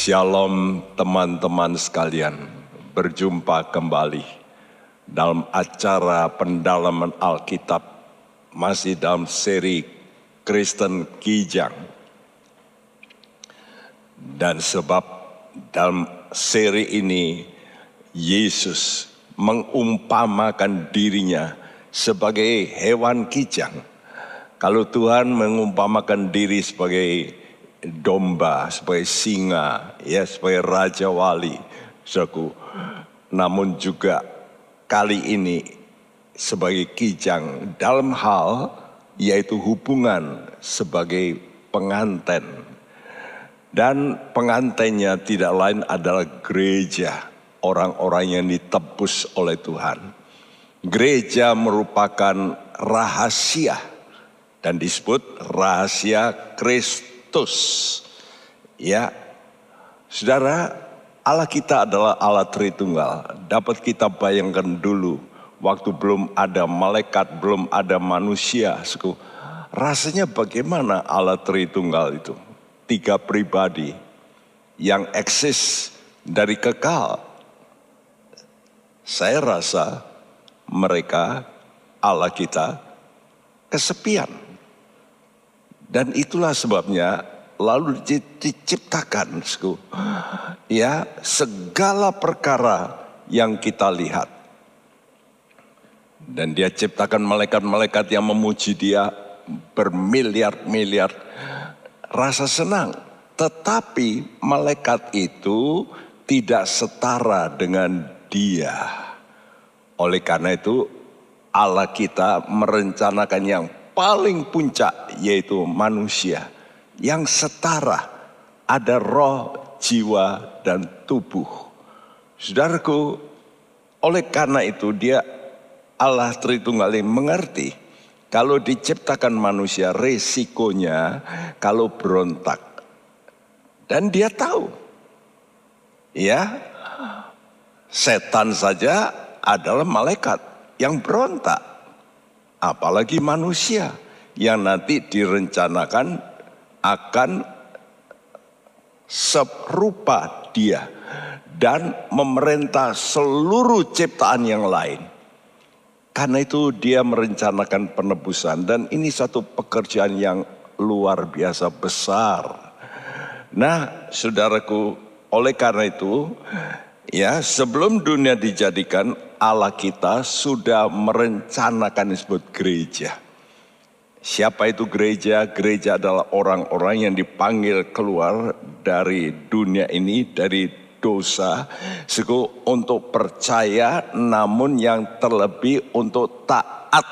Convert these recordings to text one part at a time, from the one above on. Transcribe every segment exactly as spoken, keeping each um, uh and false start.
Shalom teman-teman sekalian, berjumpa kembali dalam acara pendalaman Alkitab, masih dalam seri Kristen Kijang. Dan sebab dalam seri ini Yesus mengumpamakan dirinya sebagai hewan kijang. Kalau Tuhan mengumpamakan diri sebagai domba, sebagai singa, ya, sebagai raja wali, saudaraku. Namun juga kali ini sebagai kijang dalam hal yaitu hubungan sebagai pengantin. Dan pengantinnya tidak lain adalah gereja, orang-orang yang ditebus oleh Tuhan. Gereja merupakan rahasia dan disebut rahasia Kristus. Ya, saudara, Allah kita adalah Allah Tritunggal. Dapat kita bayangkan dulu, waktu belum ada malaikat, belum ada manusia, suku, rasanya bagaimana Allah Tritunggal itu? Tiga pribadi yang eksis dari kekal. Saya rasa mereka, Allah kita, kesepian. Dan itulah sebabnya lalu diciptakan, ya, segala perkara yang kita lihat. Dan dia ciptakan malaikat-malaikat yang memuji dia bermiliar-miliar, rasa senang. Tetapi malaikat itu tidak setara dengan dia. Oleh karena itu Allah kita merencanakan yang paling puncak, yaitu manusia yang setara, ada roh, jiwa, dan tubuh. Saudaraku, oleh karena itu dia Allah Tritunggal mengerti kalau diciptakan manusia resikonya kalau berontak. Dan dia tahu, ya, setan saja adalah malaikat yang berontak. Apalagi manusia yang nanti direncanakan akan serupa dia dan memerintah seluruh ciptaan yang lain. Karena itu dia merencanakan penebusan, dan ini satu pekerjaan yang luar biasa besar. Nah, saudaraku, oleh karena itu, ya, sebelum dunia dijadikan, Allah kita sudah merencanakan disebut gereja. Siapa itu gereja? Gereja adalah orang-orang yang dipanggil keluar dari dunia ini, dari dosa, suku, untuk percaya, namun yang terlebih untuk taat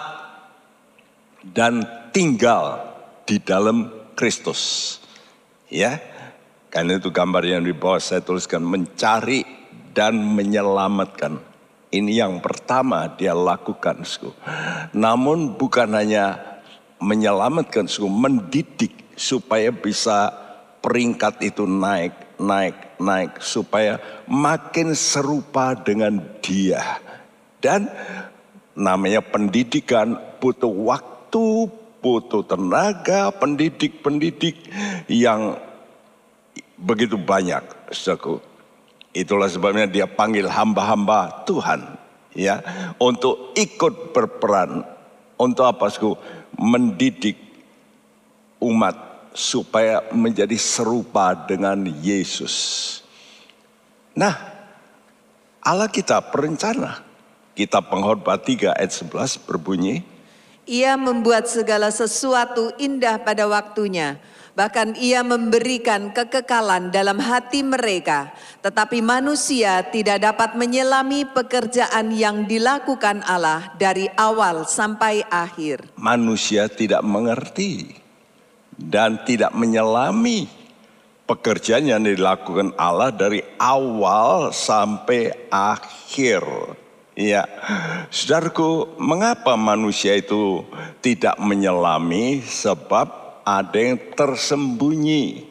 dan tinggal di dalam Kristus. Ya, karena itu gambar yang di bawah saya tuliskan, mencari dan menyelamatkan. Ini yang pertama dia lakukan, suku. Namun bukan hanya menyelamatkan, suku, mendidik supaya bisa peringkat itu naik, naik, naik, supaya makin serupa dengan dia. Dan namanya pendidikan butuh waktu, butuh tenaga, pendidik-pendidik yang begitu banyak, suku. Itulah sebabnya dia panggil hamba-hamba Tuhan, ya, untuk ikut berperan. Untuk apa, suku? Mendidik umat supaya menjadi serupa dengan Yesus. Nah, Allah kita perencana. Kitab Pengkhotbah tiga ayat sebelas berbunyi, Ia membuat segala sesuatu indah pada waktunya. Bahkan ia memberikan kekekalan dalam hati mereka. Tetapi manusia tidak dapat menyelami pekerjaan yang dilakukan Allah dari awal sampai akhir. Manusia tidak mengerti dan tidak menyelami pekerjaan yang dilakukan Allah dari awal sampai akhir. Ya, saudaraku, mengapa manusia itu tidak menyelami? Sebab ada yang tersembunyi.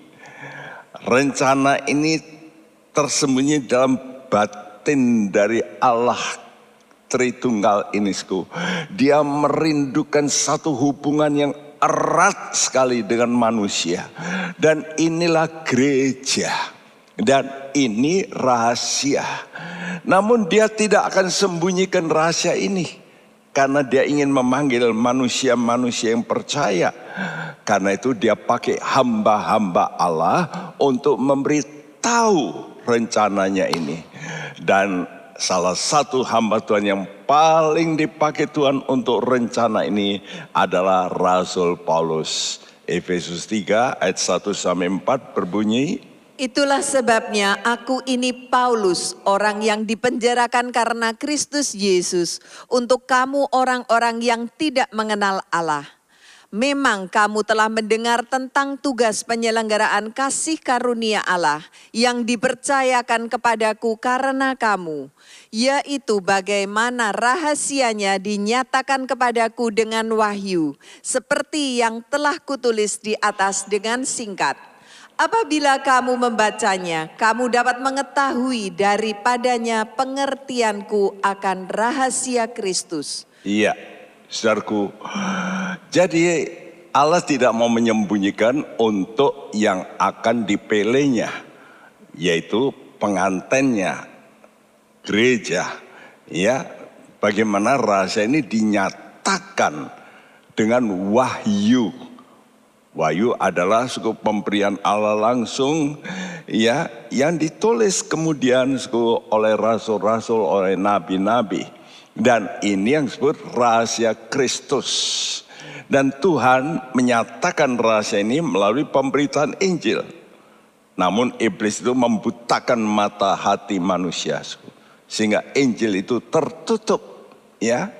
Rencana ini tersembunyi dalam batin dari Allah Tritunggal ini. Dia merindukan satu hubungan yang erat sekali dengan manusia. Dan inilah gereja. Dan ini rahasia. Namun dia tidak akan sembunyikan rahasia ini. Karena dia ingin memanggil manusia-manusia yang percaya. Karena itu dia pakai hamba-hamba Allah untuk memberitahu rencananya ini. Dan salah satu hamba Tuhan yang paling dipakai Tuhan untuk rencana ini adalah Rasul Paulus. Efesus tiga ayat satu sampai empat berbunyi, itulah sebabnya aku ini Paulus, orang yang dipenjarakan karena Kristus Yesus, untuk kamu orang-orang yang tidak mengenal Allah. Memang kamu telah mendengar tentang tugas penyelenggaraan kasih karunia Allah yang dipercayakan kepadaku karena kamu, yaitu bagaimana rahasianya dinyatakan kepadaku dengan wahyu, seperti yang telah kutulis di atas dengan singkat. Apabila kamu membacanya, kamu dapat mengetahui daripadanya pengertianku akan rahasia Kristus. Iya, saudaraku. Jadi Allah tidak mau menyembunyikan untuk yang akan dipilihnya, yaitu pengantinnya, gereja. Ya, bagaimana rahasia ini dinyatakan dengan wahyu. Wahyu adalah suku pemberian Allah langsung, ya, yang ditulis kemudian suku oleh rasul-rasul, oleh nabi-nabi. Dan ini yang disebut rahasia Kristus. Dan Tuhan menyatakan rahasia ini melalui pemberitaan Injil. Namun iblis itu membutakan mata hati manusia, sehingga Injil itu tertutup, ya.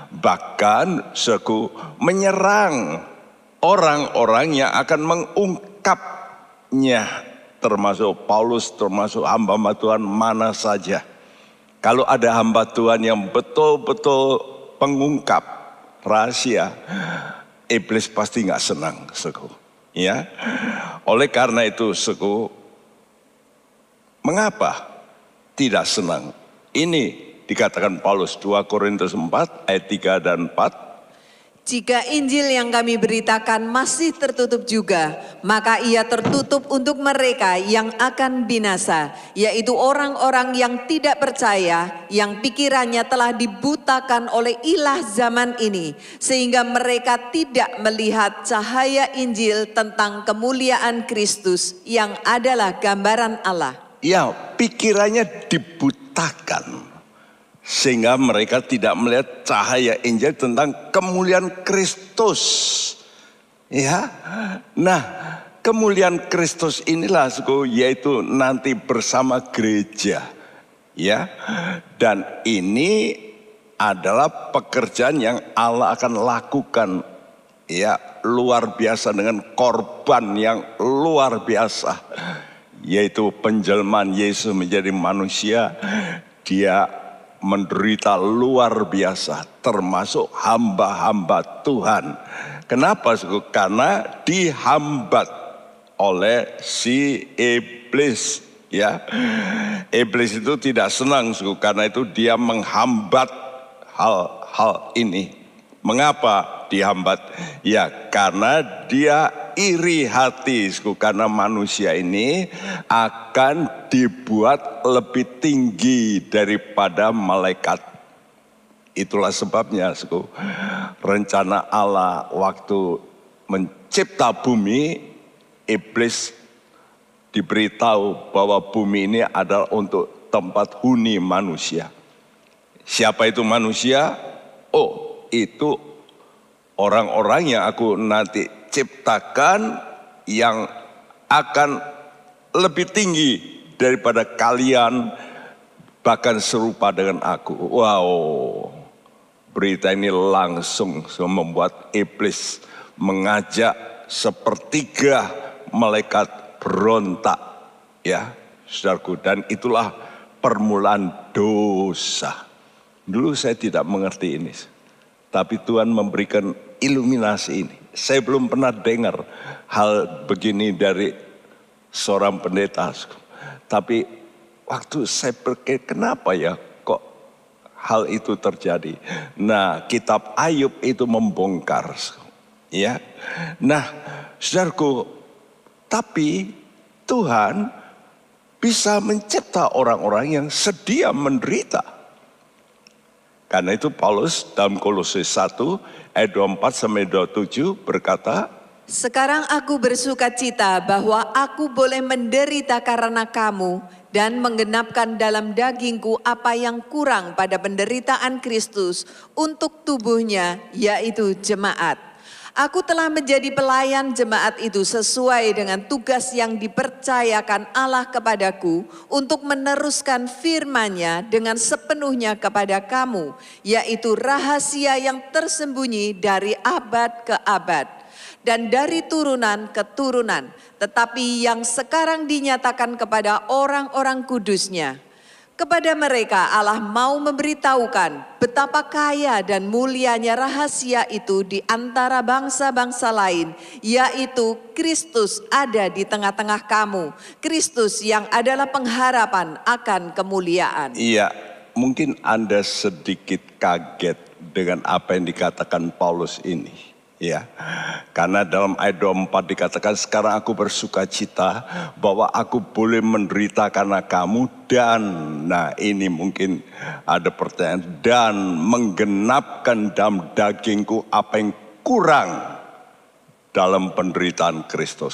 Bahkan suku menyerang orang-orang yang akan mengungkapnya, termasuk Paulus, termasuk hamba Tuhan mana saja. Kalau ada hamba Tuhan yang betul-betul pengungkap rahasia, iblis pasti nggak senang, suku. Ya, oleh karena itu, suku, mengapa tidak senang? Ini dikatakan Paulus dua Korintus empat ayat tiga dan empat. Jika Injil yang kami beritakan masih tertutup juga, maka ia tertutup untuk mereka yang akan binasa, yaitu orang-orang yang tidak percaya, yang pikirannya telah dibutakan oleh ilah zaman ini, sehingga mereka tidak melihat cahaya Injil tentang kemuliaan Kristus yang adalah gambaran Allah. Ya, pikirannya dibutakan. Sehingga mereka tidak melihat cahaya Injil tentang kemuliaan Kristus. Ya, nah kemuliaan Kristus inilah, yaitu nanti bersama gereja. Ya, dan ini adalah pekerjaan yang Allah akan lakukan. Ya, luar biasa dengan korban yang luar biasa. Yaitu penjelmaan Yesus menjadi manusia. Dia menderita luar biasa, termasuk hamba-hamba Tuhan. Kenapa? Karena dihambat oleh si iblis. Ya, iblis itu tidak senang, karena itu dia menghambat hal-hal ini. Mengapa dihambat? Ya, karena dia iri hati, karena manusia ini akan dibuat lebih tinggi daripada malaikat. Itulah sebabnya, rencana Allah waktu mencipta bumi, iblis diberitahu bahwa bumi ini adalah untuk tempat huni manusia. Siapa itu manusia? Oh, itu orang-orang yang aku nanti ciptakan yang akan lebih tinggi daripada kalian, bahkan serupa dengan aku. Wow, berita ini langsung membuat iblis mengajak sepertiga malaikat berontak, ya saudaraku. Dan itulah permulaan dosa. Dulu saya tidak mengerti ini, tapi Tuhan memberikan iluminasi ini. Saya belum pernah dengar hal begini dari seorang pendeta. Tapi waktu saya berpikir, kenapa ya kok hal itu terjadi? Nah, kitab Ayub itu membongkar. Ya, nah saudaraku, tapi Tuhan bisa mencipta orang-orang yang sedia menderita. Karena itu Paulus dalam Kolose satu ayat dua puluh empat sampai dua puluh tujuh berkata, sekarang aku bersuka cita bahwa aku boleh menderita karena kamu dan menggenapkan dalam dagingku apa yang kurang pada penderitaan Kristus untuk tubuhnya, yaitu jemaat. Aku telah menjadi pelayan jemaat itu sesuai dengan tugas yang dipercayakan Allah kepadaku untuk meneruskan firman-Nya dengan sepenuhnya kepada kamu, yaitu rahasia yang tersembunyi dari abad ke abad dan dari turunan ke turunan, tetapi yang sekarang dinyatakan kepada orang-orang kudus-Nya. Kepada mereka Allah mau memberitahukan betapa kaya dan mulianya rahasia itu di antara bangsa-bangsa lain, yaitu Kristus ada di tengah-tengah kamu. Kristus yang adalah pengharapan akan kemuliaan. Iya, mungkin Anda sedikit kaget dengan apa yang dikatakan Paulus ini. Ya, karena dalam ayat dua puluh empat dikatakan, sekarang aku bersuka cita bahwa aku boleh menderita karena kamu dan, nah ini mungkin ada pertanyaan, dan menggenapkan dalam dagingku apa yang kurang dalam penderitaan Kristus.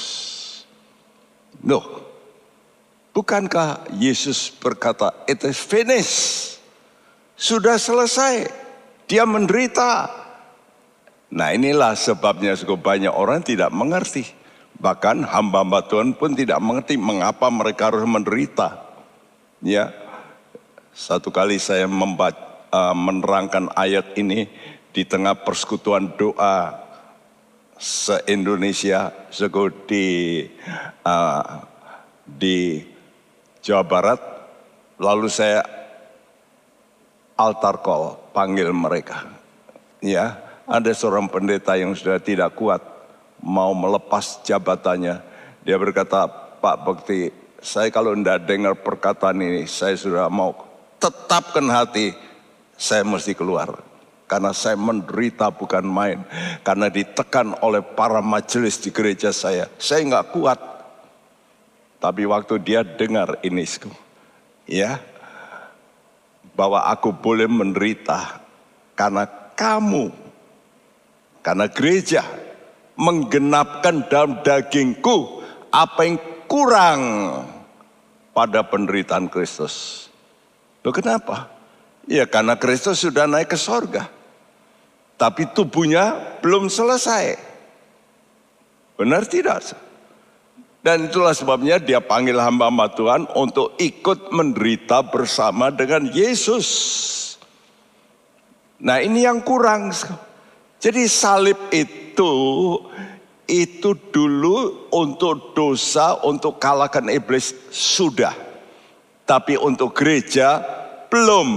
Loh, bukankah Yesus berkata, it is finished, sudah selesai, dia menderita. Nah inilah sebabnya cukup banyak orang tidak mengerti. Bahkan hamba-hamba Tuhan pun tidak mengerti mengapa mereka harus menderita. Ya, satu kali saya membaca, uh, menerangkan ayat ini di tengah persekutuan doa se-Indonesia di, uh, di Jawa Barat. Lalu saya altar call, panggil mereka. Ya. Ada seorang pendeta yang sudah tidak kuat, mau melepas jabatannya. Dia berkata, Pak Bekti, saya kalau tidak dengar perkataan ini, saya sudah mau tetapkan hati, saya mesti keluar. Karena saya menderita bukan main. Karena ditekan oleh para majelis di gereja saya, saya nggak kuat. Tapi waktu dia dengar ini, ya, bahwa aku boleh menderita karena kamu, karena gereja menggenapkan dalam dagingku apa yang kurang pada penderitaan Kristus. Loh kenapa? Ya karena Kristus sudah naik ke sorga. Tapi tubuhnya belum selesai. Benar tidak? Dan itulah sebabnya dia panggil hamba-hamba Tuhan untuk ikut menderita bersama dengan Yesus. Nah ini yang kurang. Jadi salib itu, itu dulu untuk dosa, untuk kalahkan iblis sudah. Tapi untuk gereja belum.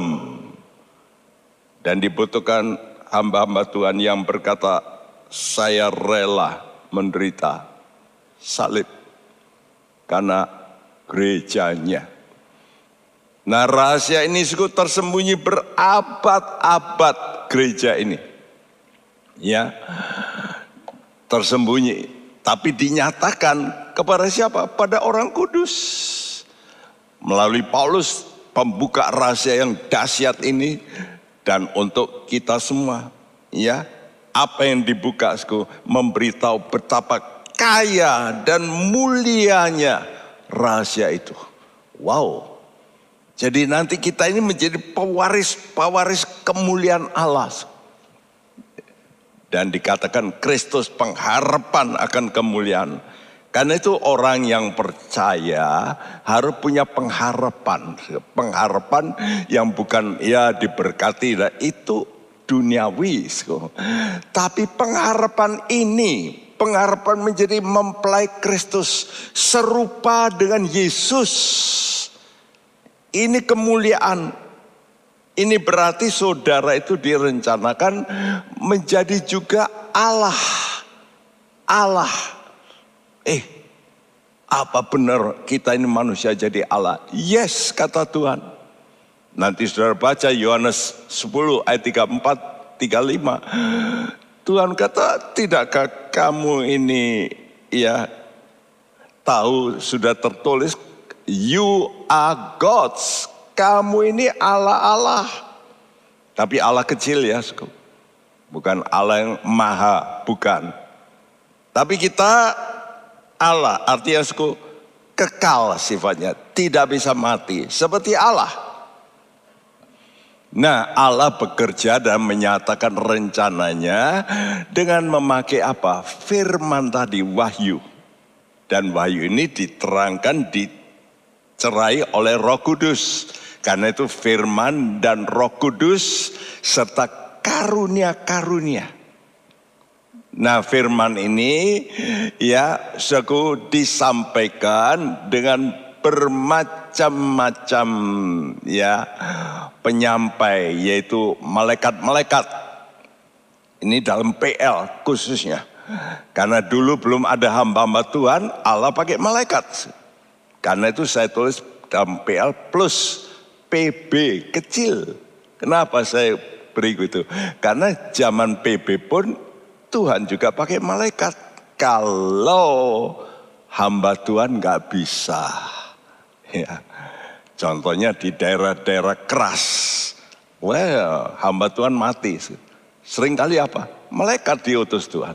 Dan dibutuhkan hamba-hamba Tuhan yang berkata, saya rela menderita salib karena gerejanya. Nah rahasia ini sudah tersembunyi berabad-abad gereja ini. Ya, tersembunyi, tapi dinyatakan kepada siapa? Pada orang kudus. Melalui Paulus, pembuka rahasia yang dahsyat ini, dan untuk kita semua, ya, apa yang dibuka, memberitahu betapa kaya dan mulianya rahasia itu. Wow, jadi nanti kita ini menjadi pewaris-pewaris kemuliaan Allah. Dan dikatakan Kristus pengharapan akan kemuliaan. Karena itu orang yang percaya harus punya pengharapan. Pengharapan yang bukan ya diberkati, nah, itu duniawi. Tapi pengharapan ini, pengharapan menjadi mempelai Kristus serupa dengan Yesus. Ini kemuliaan. Ini berarti saudara itu direncanakan menjadi juga Allah. Allah. Eh, apa benar kita ini manusia jadi Allah? Yes, kata Tuhan. Nanti saudara baca Yohanes sepuluh ayat tiga puluh empat tiga puluh lima. Tuhan kata, tidakkah kamu ini ya tahu sudah tertulis You are gods. Kamu ini Allah-Allah. Tapi Allah kecil ya, bukan Allah yang maha, bukan. Tapi kita Allah, artinya kekal sifatnya, tidak bisa mati, seperti Allah. Nah, Allah bekerja dan menyatakan rencananya dengan memakai apa? Firman tadi, wahyu. Dan wahyu ini diterangkan, dicerai oleh Roh Kudus. Karena itu firman dan Roh Kudus serta karunia-karunia. Nah, firman ini ya suku disampaikan dengan bermacam-macam ya penyampai, yaitu malaikat-malaikat. Ini dalam P L khususnya. Karena dulu belum ada hamba-hamba Tuhan, Allah pakai malaikat. Karena itu saya tulis dalam P L plus P B kecil. Kenapa saya beri itu? Karena zaman P B pun Tuhan juga pakai malaikat. Kalau hamba Tuhan nggak bisa. Ya. Contohnya di daerah-daerah keras. Well, hamba Tuhan mati. Seringkali apa? Malaikat diutus Tuhan.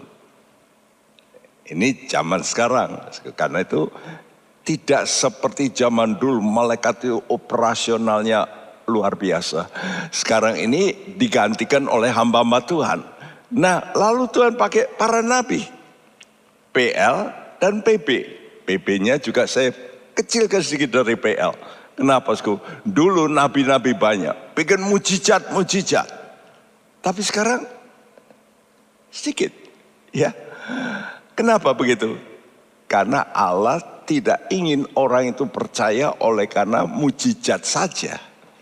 Ini zaman sekarang. Karena itu tidak seperti zaman dulu, malaikat itu operasionalnya luar biasa. Sekarang ini digantikan oleh hamba-hamba Tuhan. Nah, lalu Tuhan pakai para nabi, P L dan P B. P B-nya juga saya kecilkan sedikit dari P L. Kenapa? Dulu nabi-nabi banyak, bikin mujizat-mujizat. Tapi sekarang sedikit, ya. Kenapa begitu? Karena Allah tidak ingin orang itu percaya oleh karena mujizat saja.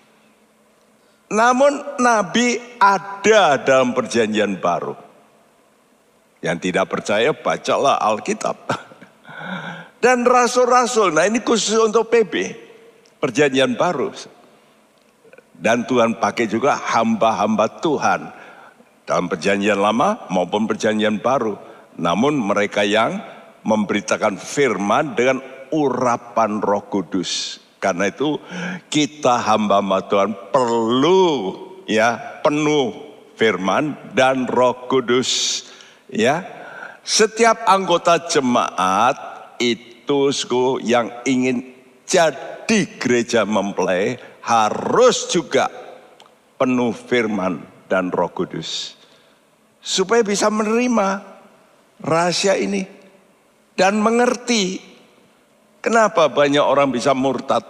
Namun nabi ada dalam perjanjian baru. Yang tidak percaya bacalah Alkitab. Dan rasul-rasul, nah ini khusus untuk P B, perjanjian baru. Dan Tuhan pakai juga hamba-hamba Tuhan. Dalam perjanjian lama maupun perjanjian baru. Namun mereka yang memberitakan firman dengan urapan Roh Kudus. Karena itu kita hamba-hamba Tuhan perlu ya penuh firman dan Roh Kudus. Ya, setiap anggota jemaat itu yang ingin jadi gereja mempelai harus juga penuh firman dan Roh Kudus. Supaya bisa menerima rahasia ini. Dan mengerti kenapa banyak orang bisa murtad.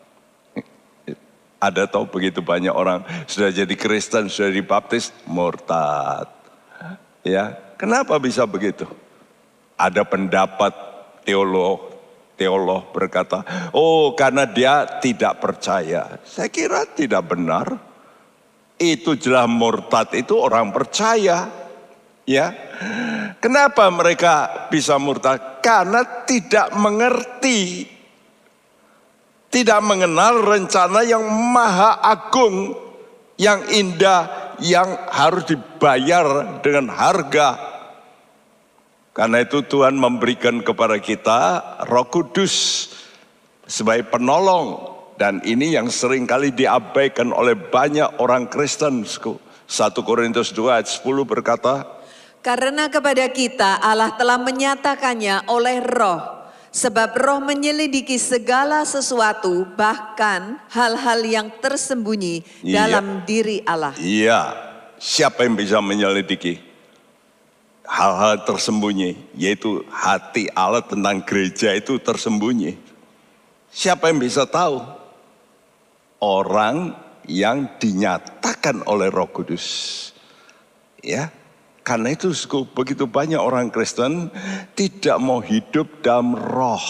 Ada tahu begitu banyak orang sudah jadi Kristen, sudah dibaptis, murtad. Ya, kenapa bisa begitu? Ada pendapat teolog, teolog berkata, oh karena dia tidak percaya. Saya kira tidak benar. Itu jelas murtad itu orang percaya. Ya, kenapa mereka bisa murtad? Karena tidak mengerti, tidak mengenal rencana yang maha agung, yang indah, yang harus dibayar dengan harga. Karena itu Tuhan memberikan kepada kita Roh Kudus sebagai penolong. Dan ini yang seringkali diabaikan oleh banyak orang Kristen. satu Korintus dua ayat sepuluh berkata, karena kepada kita Allah telah menyatakannya oleh Roh, sebab Roh menyelidiki segala sesuatu, bahkan hal-hal yang tersembunyi iya. dalam diri Allah. Iya, siapa yang bisa menyelidiki hal-hal tersembunyi, yaitu hati Allah tentang gereja itu tersembunyi. Siapa yang bisa tahu? Orang yang dinyatakan oleh Roh Kudus. Ya. Karena itu begitu banyak orang Kristen tidak mau hidup dalam roh.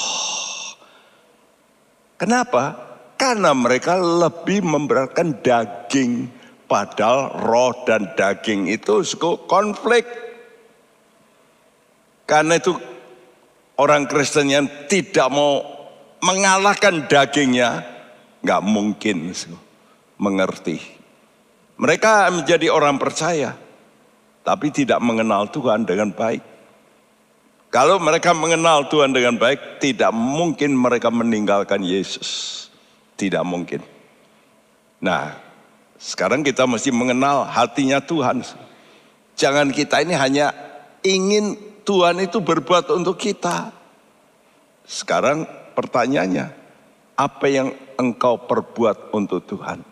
Kenapa? Karena mereka lebih memberatkan daging. Padahal roh dan daging itu konflik. Karena itu orang Kristen yang tidak mau mengalahkan dagingnya, gak mungkin mengerti. Mereka menjadi orang percaya, tapi tidak mengenal Tuhan dengan baik. Kalau mereka mengenal Tuhan dengan baik, tidak mungkin mereka meninggalkan Yesus. Tidak mungkin. Nah, sekarang kita mesti mengenal hatinya Tuhan. Jangan kita ini hanya ingin Tuhan itu berbuat untuk kita. Sekarang pertanyaannya, apa yang engkau perbuat untuk Tuhan?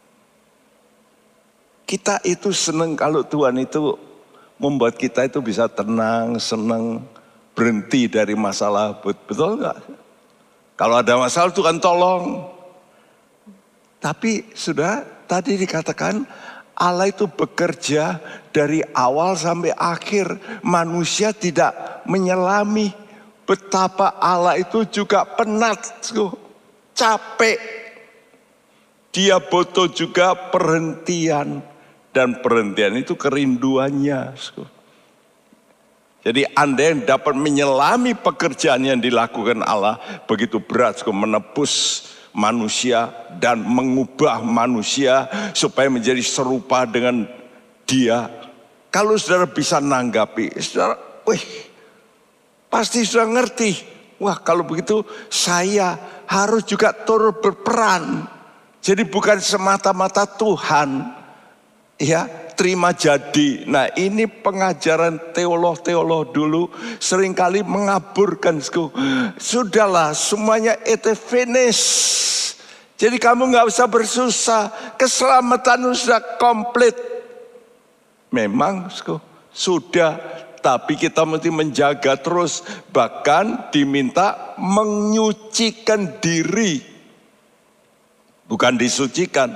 Kita itu senang kalau Tuhan itu membuat kita itu bisa tenang, senang, berhenti dari masalah. Betul enggak? Kalau ada masalah Tuhan tolong. Tapi sudah tadi dikatakan Allah itu bekerja dari awal sampai akhir. Manusia tidak menyelami. Betapa Allah itu juga penat, capek. Dia butuh juga perhentian. Dan perhentian itu kerinduannya. Jadi Anda yang dapat menyelami pekerjaan yang dilakukan Allah begitu berat menebus manusia dan mengubah manusia supaya menjadi serupa dengan Dia. Kalau saudara bisa nanggapi, saudara, wih, pasti sudah ngerti. Wah, kalau begitu saya harus juga turut berperan. Jadi bukan semata-mata Tuhan, ya, terima jadi. Nah, ini pengajaran teolog-teolog dulu seringkali mengaburkan. Sudahlah, semuanya it finish. Jadi kamu nggak usah bersusah. Keselamatan sudah komplit. Memang sudah, tapi kita mesti menjaga terus. Bahkan diminta menyucikan diri, bukan disucikan.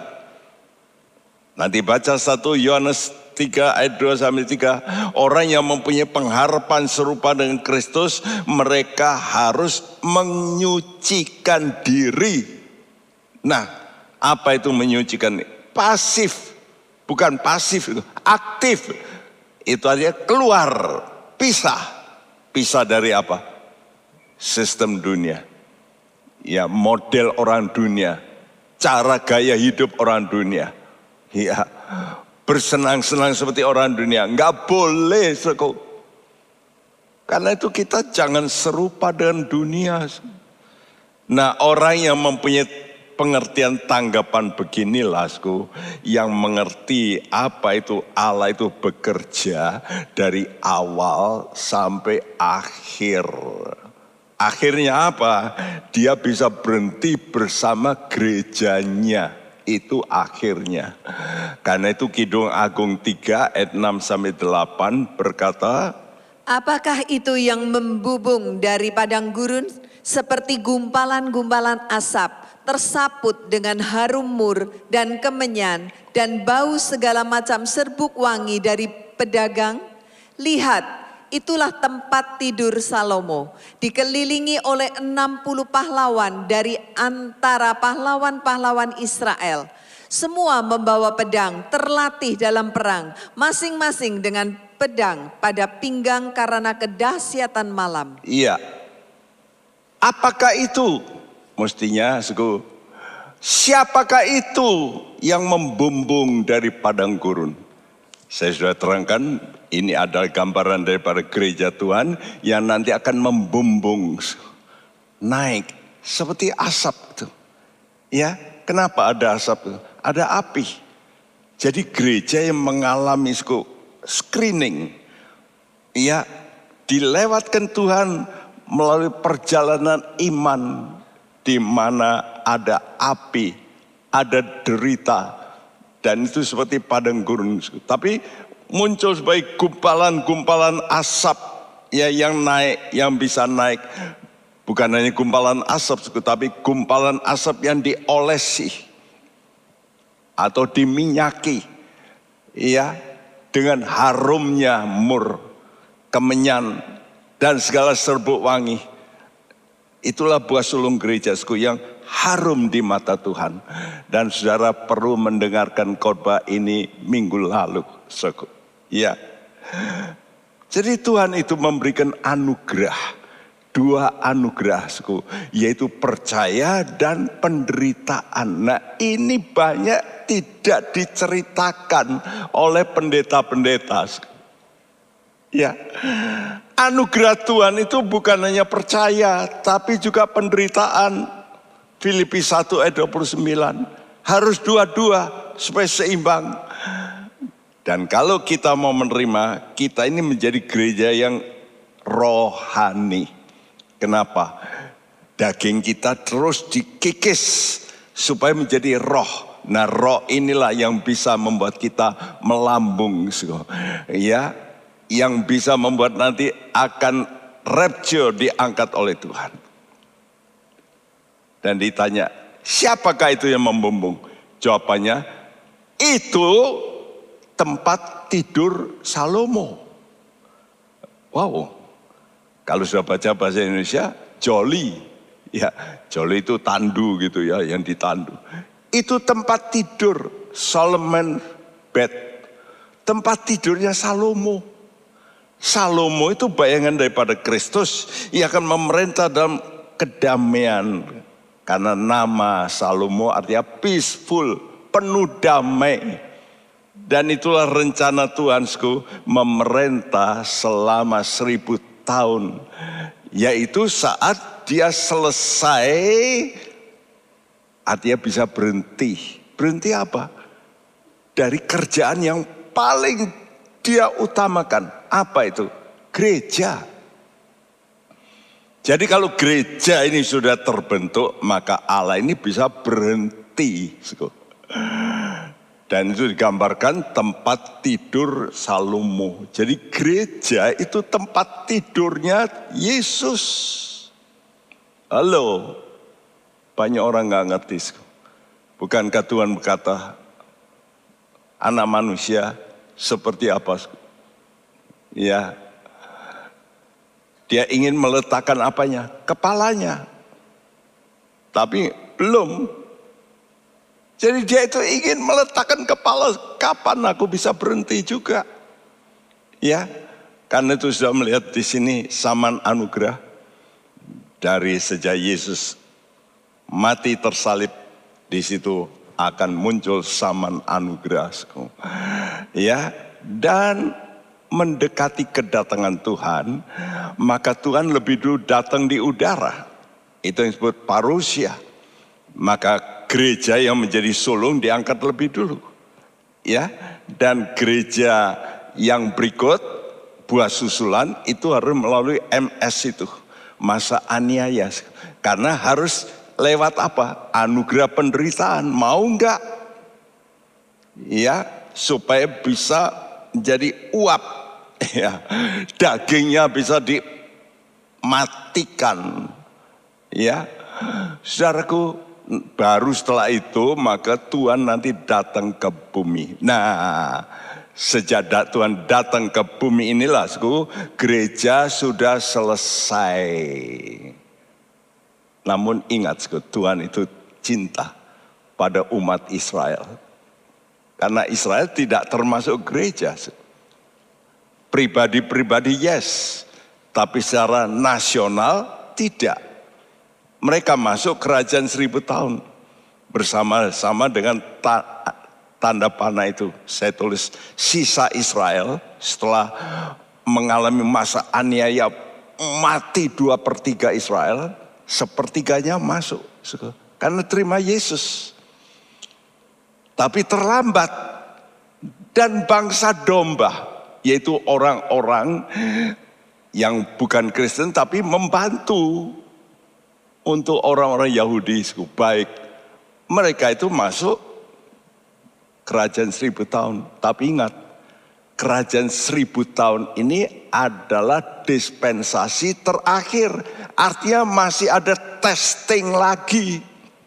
Nanti baca satu Yohanes tiga ayat dua sampai tiga. Orang yang mempunyai pengharapan serupa dengan Kristus, mereka harus menyucikan diri. Nah, apa itu menyucikan? Pasif, bukan pasif itu, aktif. Itu artinya keluar, pisah. Pisah dari apa? Sistem dunia. Ya, model orang dunia, cara gaya hidup orang dunia. Ya, bersenang-senang seperti orang dunia, nggak boleh. Karena itu kita jangan serupa dengan dunia. Nah, orang yang mempunyai pengertian tanggapan beginilah, yang mengerti apa itu Allah itu bekerja dari awal sampai akhir. Akhirnya apa? Dia bisa berhenti bersama gerejanya. Itu akhirnya. Karena itu Kidung Agung tiga ayat enam sampai delapan berkata, apakah itu yang membubung dari padang gurun seperti gumpalan-gumpalan asap, tersaput dengan harum mur dan kemenyan dan bau segala macam serbuk wangi dari pedagang? Lihat, itulah tempat tidur Salomo, dikelilingi oleh enam puluh pahlawan dari antara pahlawan-pahlawan Israel. Semua membawa pedang, terlatih dalam perang, masing-masing dengan pedang pada pinggang karena kedahsyatan malam. Iya. Apakah itu? Mestinya, suku, siapakah itu yang membumbung dari padang gurun? Saya sudah terangkan, ini adalah gambaran daripada gereja Tuhan yang nanti akan membumbung, naik seperti asap itu. Ya, kenapa ada asap itu? Ada api. Jadi gereja yang mengalami suku, screening, ya, dilewatkan Tuhan melalui perjalanan iman, di mana ada api, ada derita, dan itu seperti padang gurun. Tapi muncul sebagai gumpalan-gumpalan asap, ya, yang naik, yang bisa naik. Bukan hanya gumpalan asap, tapi gumpalan asap yang diolesi atau diminyaki, ya, dengan harumnya mur, kemenyan, dan segala serbuk wangi. Itulah buah sulung gerejaku yang harum di mata Tuhan. Dan saudara perlu mendengarkan khotbah ini minggu lalu. Ya. Jadi Tuhan itu memberikan anugerah. Dua anugerah, yaitu percaya dan penderitaan. Nah, ini banyak tidak diceritakan oleh pendeta-pendeta. Ya, anugerah Tuhan itu bukan hanya percaya, tapi juga penderitaan. Filipi satu ayat dua puluh sembilan. Harus dua-dua supaya seimbang. Dan kalau kita mau menerima, kita ini menjadi gereja yang rohani. Kenapa? Daging kita terus dikikis supaya menjadi roh. Nah, roh inilah yang bisa membuat kita melambung, ya, yang bisa membuat nanti akan rapture, diangkat oleh Tuhan. Dan ditanya, siapakah itu yang membumbung? Jawabannya, itu tempat tidur Salomo. Wow, kalau sudah baca bahasa Indonesia, joli. Ya, joli itu tandu gitu ya, yang ditandu. Itu tempat tidur Solomon bed. Tempat tidurnya Salomo. Salomo itu bayangan daripada Kristus. Ia akan memerintah dalam kedamaian. Karena nama Salomo artinya peaceful, penuh damai. Dan itulah rencana Tuhanku, memerintah selama seribu tahun. Yaitu saat dia selesai, artinya bisa berhenti. Berhenti apa? Dari kerjaan yang paling dia utamakan. Apa itu? Gereja. Jadi kalau gereja ini sudah terbentuk, maka Allah ini bisa berhenti. Dan itu digambarkan tempat tidur Salomo. Jadi gereja itu tempat tidurnya Yesus. Halo, banyak orang gak ngerti. Bukankah Tuhan berkata, anak manusia seperti apa? Ya, dia ingin meletakkan apanya? Kepalanya. Tapi belum. Jadi dia itu ingin meletakkan kepala, kapan aku bisa berhenti juga? Ya, karena itu sudah melihat di sini saman anugerah dari sejak Yesus mati tersalib, di situ akan muncul saman anugerah. Ya, dan mendekati kedatangan Tuhan, maka Tuhan lebih dulu datang di udara. Itu yang disebut parousia. Maka gereja yang menjadi sulung diangkat lebih dulu. Ya, dan gereja yang berikut, buah susulan, itu harus melalui M S itu. Masa aniaya. Karena harus lewat apa? Anugerah penderitaan. Mau enggak? Ya, supaya bisa menjadi uap. Ya, dagingnya bisa dimatikan. Ya, saudaraku, baru setelah itu maka Tuhan nanti datang ke bumi. Nah, sejak Tuhan datang ke bumi inilah, gereja sudah selesai. Namun ingat, Tuhan itu cinta pada umat Israel. Karena Israel tidak termasuk gereja. Pribadi-pribadi yes, tapi secara nasional tidak. Mereka masuk kerajaan seribu tahun bersama-sama dengan ta tanda panah itu. Saya tulis sisa Israel setelah mengalami masa aniaya, mati dua per tiga Israel, sepertiganya masuk karena terima Yesus. Tapi terlambat, dan bangsa domba, yaitu orang-orang yang bukan Kristen tapi membantu untuk orang-orang Yahudi baik, mereka itu masuk kerajaan seribu tahun. Tapi ingat, kerajaan seribu tahun ini adalah dispensasi terakhir. Artinya masih ada testing lagi.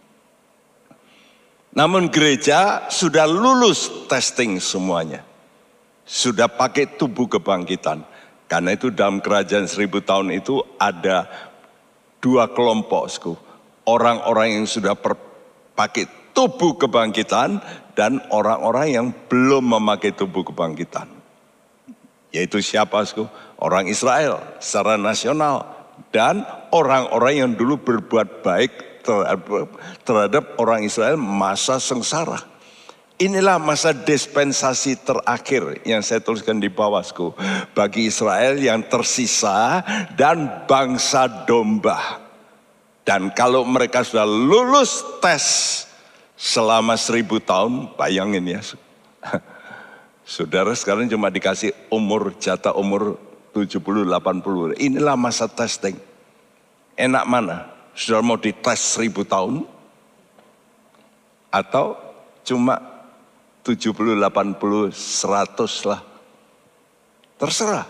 Namun gereja sudah lulus testing semuanya. Sudah pakai tubuh kebangkitan. Karena itu dalam kerajaan seribu tahun itu ada dua kelompok, orang-orang yang sudah pakai tubuh kebangkitan dan orang-orang yang belum memakai tubuh kebangkitan. Yaitu siapa? Orang Israel secara nasional dan orang-orang yang dulu berbuat baik terhadap, terhadap orang Israel masa sengsara. inilah masa dispensasi terakhir yang saya tuliskan di bawahku. Bagi Israel yang tersisa dan bangsa domba. Dan kalau mereka sudah lulus tes selama seribu tahun, bayangin ya. Saudara sekarang cuma dikasih umur, jatah umur tujuh puluh, delapan puluh. Inilah masa testing. Enak mana? Sudah mau dites seribu tahun? Atau cuma tujuh puluh, delapan puluh, seratus lah. Terserah.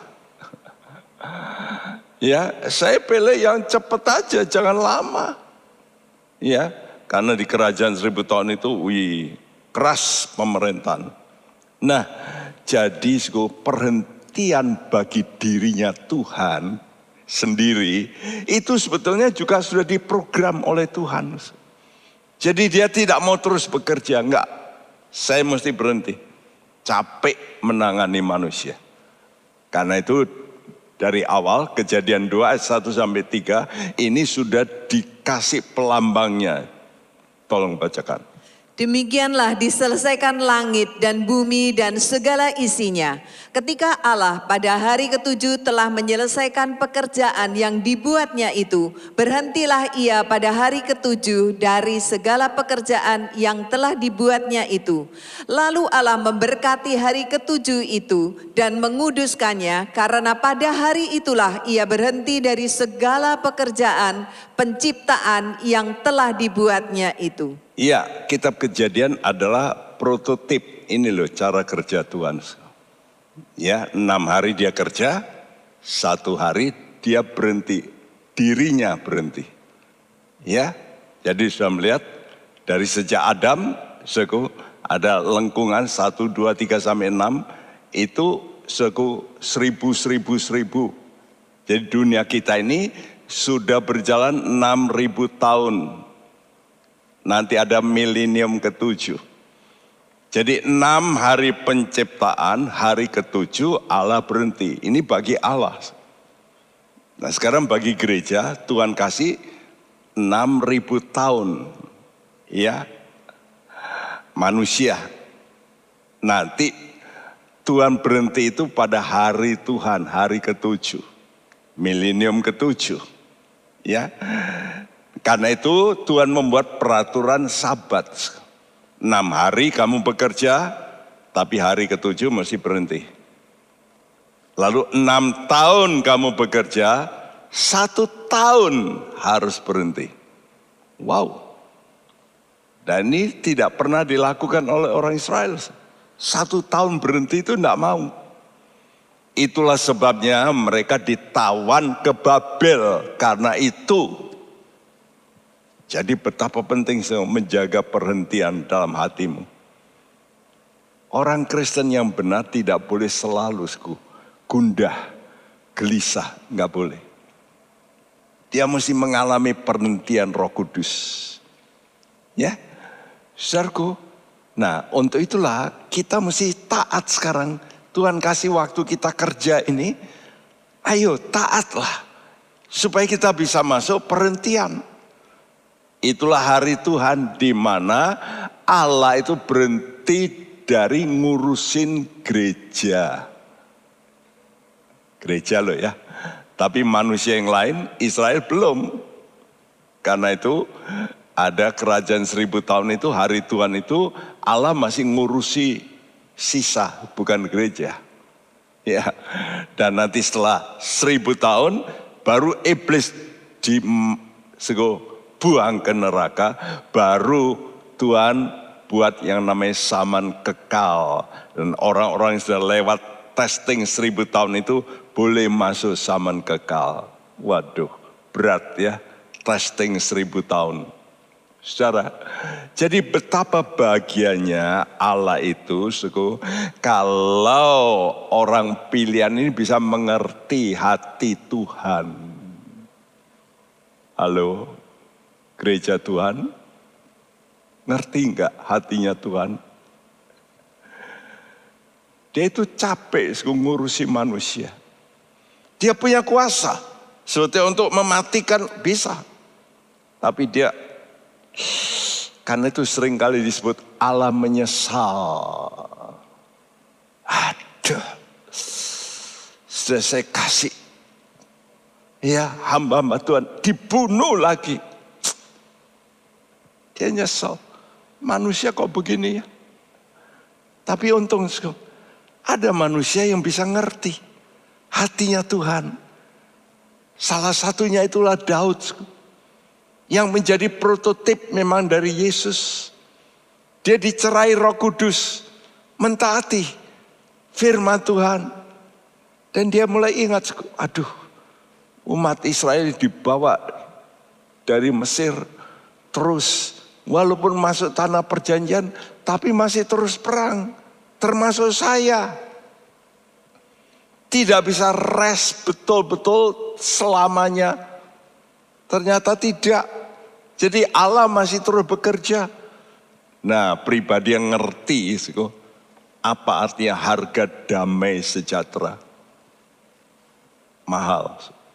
Ya, saya pilih yang cepat aja, jangan lama. Ya, karena di kerajaan seribu tahun itu, wih, keras pemerintahan. Nah, jadi perhentian bagi dirinya Tuhan sendiri, itu sebetulnya juga sudah diprogram oleh Tuhan. Jadi dia tidak mau terus bekerja, enggak. Saya mesti berhenti. Capek menangani manusia. Karena itu dari awal Kejadian dua ayat satu sampai tiga ini sudah dikasih pelambangnya. Tolong bacakan. Demikianlah diselesaikan langit dan bumi dan segala isinya. Ketika Allah pada hari ketujuh telah menyelesaikan pekerjaan yang dibuatnya itu, berhentilah ia pada hari ketujuh dari segala pekerjaan yang telah dibuatnya itu. Lalu Allah memberkati hari ketujuh itu dan menguduskannya, karena pada hari itulah ia berhenti dari segala pekerjaan penciptaan yang telah dibuatnya itu. Iya, kitab Kejadian adalah prototip. Ini loh cara kerja Tuhan. Ya, enam hari dia kerja, satu hari dia berhenti, dirinya berhenti. Ya, jadi sudah melihat dari sejak Adam, suku ada lengkungan satu, dua, tiga sampai enam itu suku seribu, seribu, seribu. Jadi dunia kita ini sudah berjalan enam ribu tahun. Nanti ada milenium ketujuh. Jadi enam hari penciptaan, hari ketujuh Allah berhenti. Ini bagi Allah. Nah sekarang bagi gereja Tuhan kasih enam ribu tahun. Ya, manusia. Nanti Tuhan berhenti itu pada hari Tuhan, hari ketujuh. Milenium ketujuh. Ya. Karena itu Tuhan membuat peraturan sabat. Enam hari kamu bekerja, tapi hari ketujuh mesti berhenti. Lalu enam tahun kamu bekerja, satu tahun harus berhenti. Wow. Dan ini tidak pernah dilakukan oleh orang Israel. Satu tahun berhenti itu tidak mau. Itulah sebabnya mereka ditawan ke Babel karena itu. Jadi betapa penting menjaga perhentian dalam hatimu. Orang Kristen yang benar tidak boleh selalu gundah, gelisah, nggak boleh. Dia mesti mengalami perhentian Roh Kudus. Ya, saudaraku. Nah, untuk itulah kita mesti taat sekarang. Tuhan kasih waktu kita kerja ini, ayo taatlah. Supaya kita bisa masuk perhentian. Itulah hari Tuhan di mana Allah itu berhenti dari ngurusin gereja. Gereja loh ya. Tapi manusia yang lain, Israel belum. Karena itu ada kerajaan seribu tahun itu, hari Tuhan itu Allah masih ngurusi sisa, bukan gereja. Ya. Dan nanti setelah seribu tahun baru iblis di sego buang ke neraka, baru Tuhan buat yang namanya zaman kekal. Dan orang-orang yang sudah lewat testing seribu tahun itu boleh masuk zaman kekal. Waduh, berat ya, testing seribu tahun. Saudara, jadi betapa bahagianya Allah itu, suku, kalau orang pilihan ini bisa mengerti hati Tuhan. Halo? Gereja Tuhan, ngerti enggak hatinya Tuhan? Dia itu capek ngurusi manusia. Dia punya kuasa sebetulnya untuk mematikan bisa. Tapi dia Karena itu seringkali disebut Allah menyesal. Aduh, sudah saya kasih. Ya, hamba-hamba Tuhan dibunuh lagi. Dia nyesal. Manusia kok begini ya? Tapi untung ada manusia yang bisa ngerti hatinya Tuhan. Salah satunya itulah Daud. Yang menjadi prototip memang dari Yesus. Dia dicerai Roh Kudus. Mentaati firman Tuhan. Dan dia mulai ingat, aduh, umat Israel dibawa dari Mesir terus. Walaupun masuk tanah perjanjian, tapi masih terus perang. Termasuk saya. Tidak bisa rest betul-betul selamanya. Ternyata tidak. Jadi Allah masih terus bekerja. Nah, pribadi yang ngerti itu, apa artinya harga damai sejahtera? Mahal.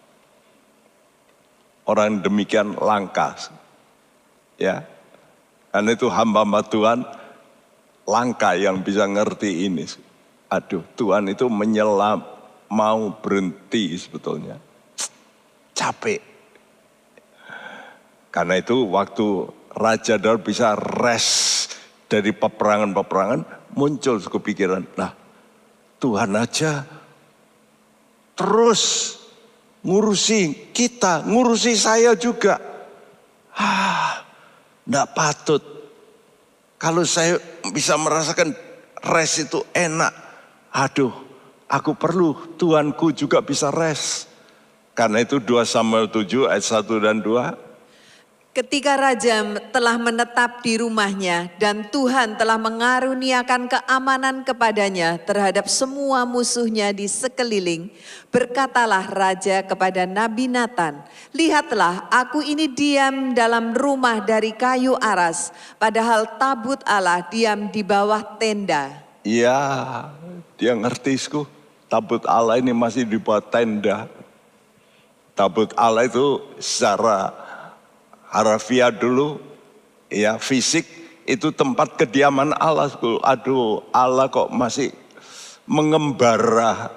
Orang demikian langka. Ya. Karena itu hamba-hamba Tuhan langka yang bisa ngerti ini. Aduh, Tuhan itu menyelam, mau berhenti sebetulnya. Capek. Karena itu waktu Raja Daud bisa rest dari peperangan-peperangan, muncul kepikiran, nah Tuhan aja terus ngurusi kita, ngurusi saya juga. Ah, enggak patut. Kalau saya bisa merasakan rest itu enak. Aduh, aku perlu Tuhanku juga bisa rest. Karena itu dua Samuel tujuh ayat satu dan dua. Ketika raja telah menetap di rumahnya dan Tuhan telah mengaruniakan keamanan kepadanya terhadap semua musuhnya di sekeliling, berkatalah raja kepada Nabi Natan, lihatlah aku ini diam dalam rumah dari kayu aras, padahal tabut Allah diam di bawah tenda. Iya, dia ngerti, tabut Allah ini masih di bawah tenda. Tabut Allah itu secara harafiah dulu, ya fisik itu tempat kediaman Allah. Aduh, Allah kok masih mengembara.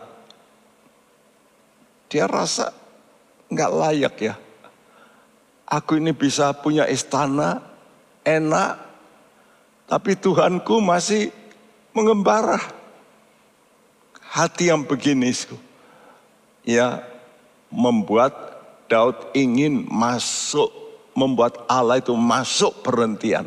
Dia rasa nggak layak ya. Aku ini bisa punya istana enak, tapi Tuhanku masih mengembara. Hati yang begini, ya, membuat Daud ingin masuk, membuat Allah itu masuk perhentian.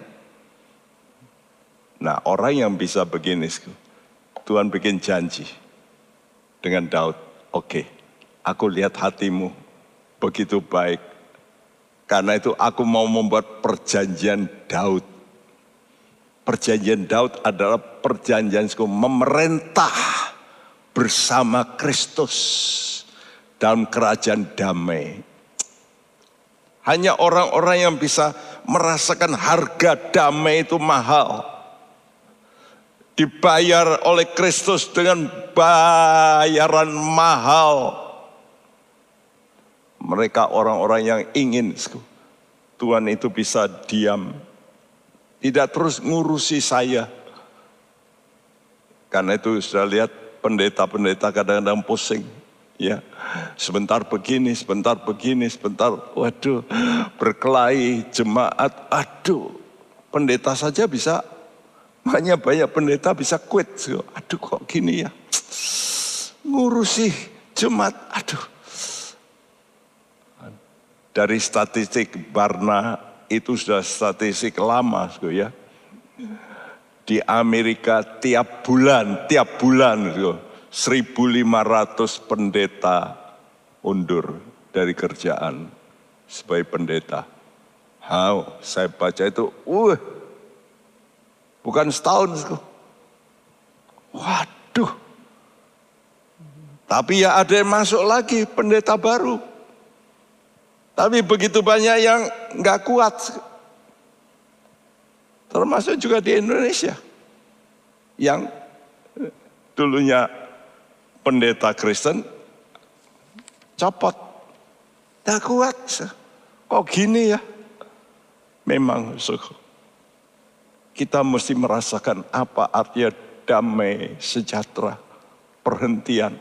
Nah, orang yang bisa begini, Tuhan bikin janji dengan Daud. Oke, aku lihat hatimu begitu baik. Karena itu aku mau membuat perjanjian Daud. Perjanjian Daud adalah perjanjian memerintah bersama Kristus dalam kerajaan damai. Hanya orang-orang yang bisa merasakan harga damai itu mahal. Dibayar oleh Kristus dengan bayaran mahal. Mereka orang-orang yang ingin Tuhan itu bisa diam. Tidak terus ngurusi saya. Karena itu sudah lihat pendeta-pendeta kadang-kadang pusing. Ya, sebentar begini, sebentar begini, sebentar, waduh, berkelahi jemaat, aduh, pendeta saja bisa, banyak banyak pendeta bisa quit, aduh kok gini ya, ngurusi jemaat, aduh. Dari statistik Barna itu sudah statistik lama, ya. Di Amerika tiap bulan, tiap bulan, seribu lima ratus pendeta undur dari kerjaan sebagai pendeta. How, saya baca itu, uh, bukan setahun. Waduh. Tapi ya ada yang masuk lagi pendeta baru. Tapi begitu banyak yang nggak kuat. Termasuk juga di Indonesia. Yang dulunya pendeta Kristen copot, tak kuat, kok gini ya? Memang suku. kita mesti merasakan apa artinya damai sejahtera, perhentian.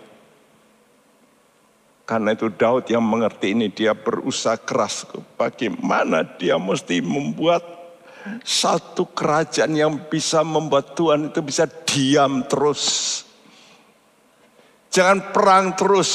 Karena itu Daud yang mengerti ini, dia berusaha keras bagaimana dia mesti membuat satu kerajaan yang bisa membuat Tuhan itu bisa diam terus. Jangan perang terus.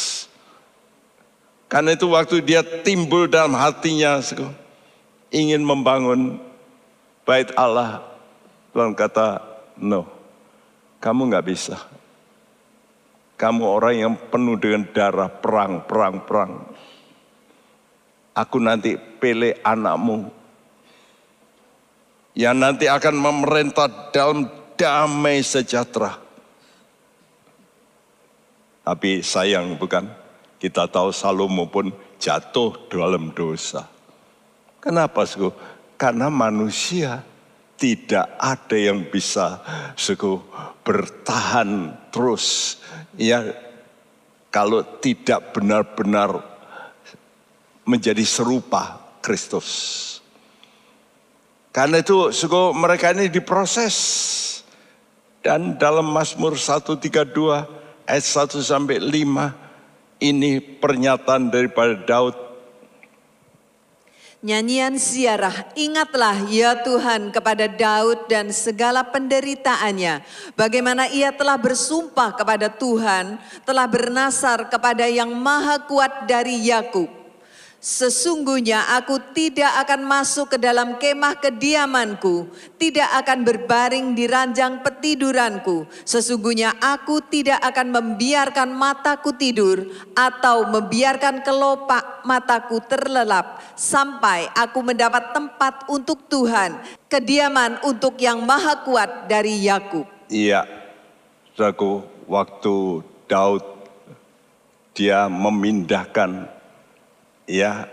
Karena itu waktu dia timbul dalam hatinya ingin membangun bait Allah, Tuhan kata, no, kamu gak bisa. Kamu orang yang penuh dengan darah, perang, perang, perang. Aku nanti pilih anakmu yang nanti akan memerintah dalam damai sejahtera. Tapi sayang bukan, kita tahu Salomo pun jatuh dalam dosa. Kenapa, Suku? Karena manusia tidak ada yang bisa, Suku, bertahan terus. Ya, kalau tidak benar-benar menjadi serupa Kristus. Karena itu, Suku, mereka ini diproses. Dan dalam Mazmur seratus tiga puluh dua ayat satu sampai lima, ini pernyataan daripada Daud. Nyanyian ziarah, ingatlah ya Tuhan kepada Daud dan segala penderitaannya. Bagaimana ia telah bersumpah kepada Tuhan, telah bernasar kepada yang maha kuat dari Yakub. Sesungguhnya aku tidak akan masuk ke dalam kemah kediamanku, tidak akan berbaring di ranjang petiduranku. Sesungguhnya aku tidak akan membiarkan mataku tidur atau membiarkan kelopak mataku terlelap sampai aku mendapat tempat untuk Tuhan, kediaman untuk yang maha kuat dari Yakub. Iya, saudaraku, waktu Daud dia memindahkan ya,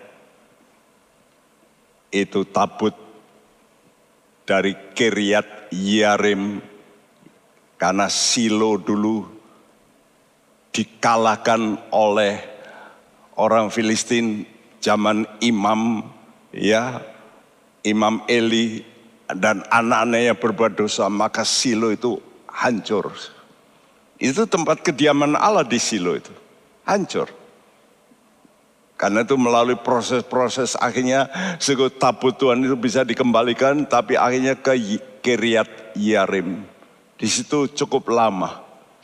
itu tabut dari Kiryat Yearim, karena Silo dulu dikalahkan oleh orang Filistin zaman Imam, ya, Imam Eli dan anak-anaknya berbuat dosa, maka Silo itu hancur. Itu tempat kediaman Allah di Silo itu, hancur. Karena itu melalui proses-proses akhirnya tabut Tuhan itu bisa dikembalikan, tapi akhirnya ke Kiryat Yearim. Di situ cukup lama.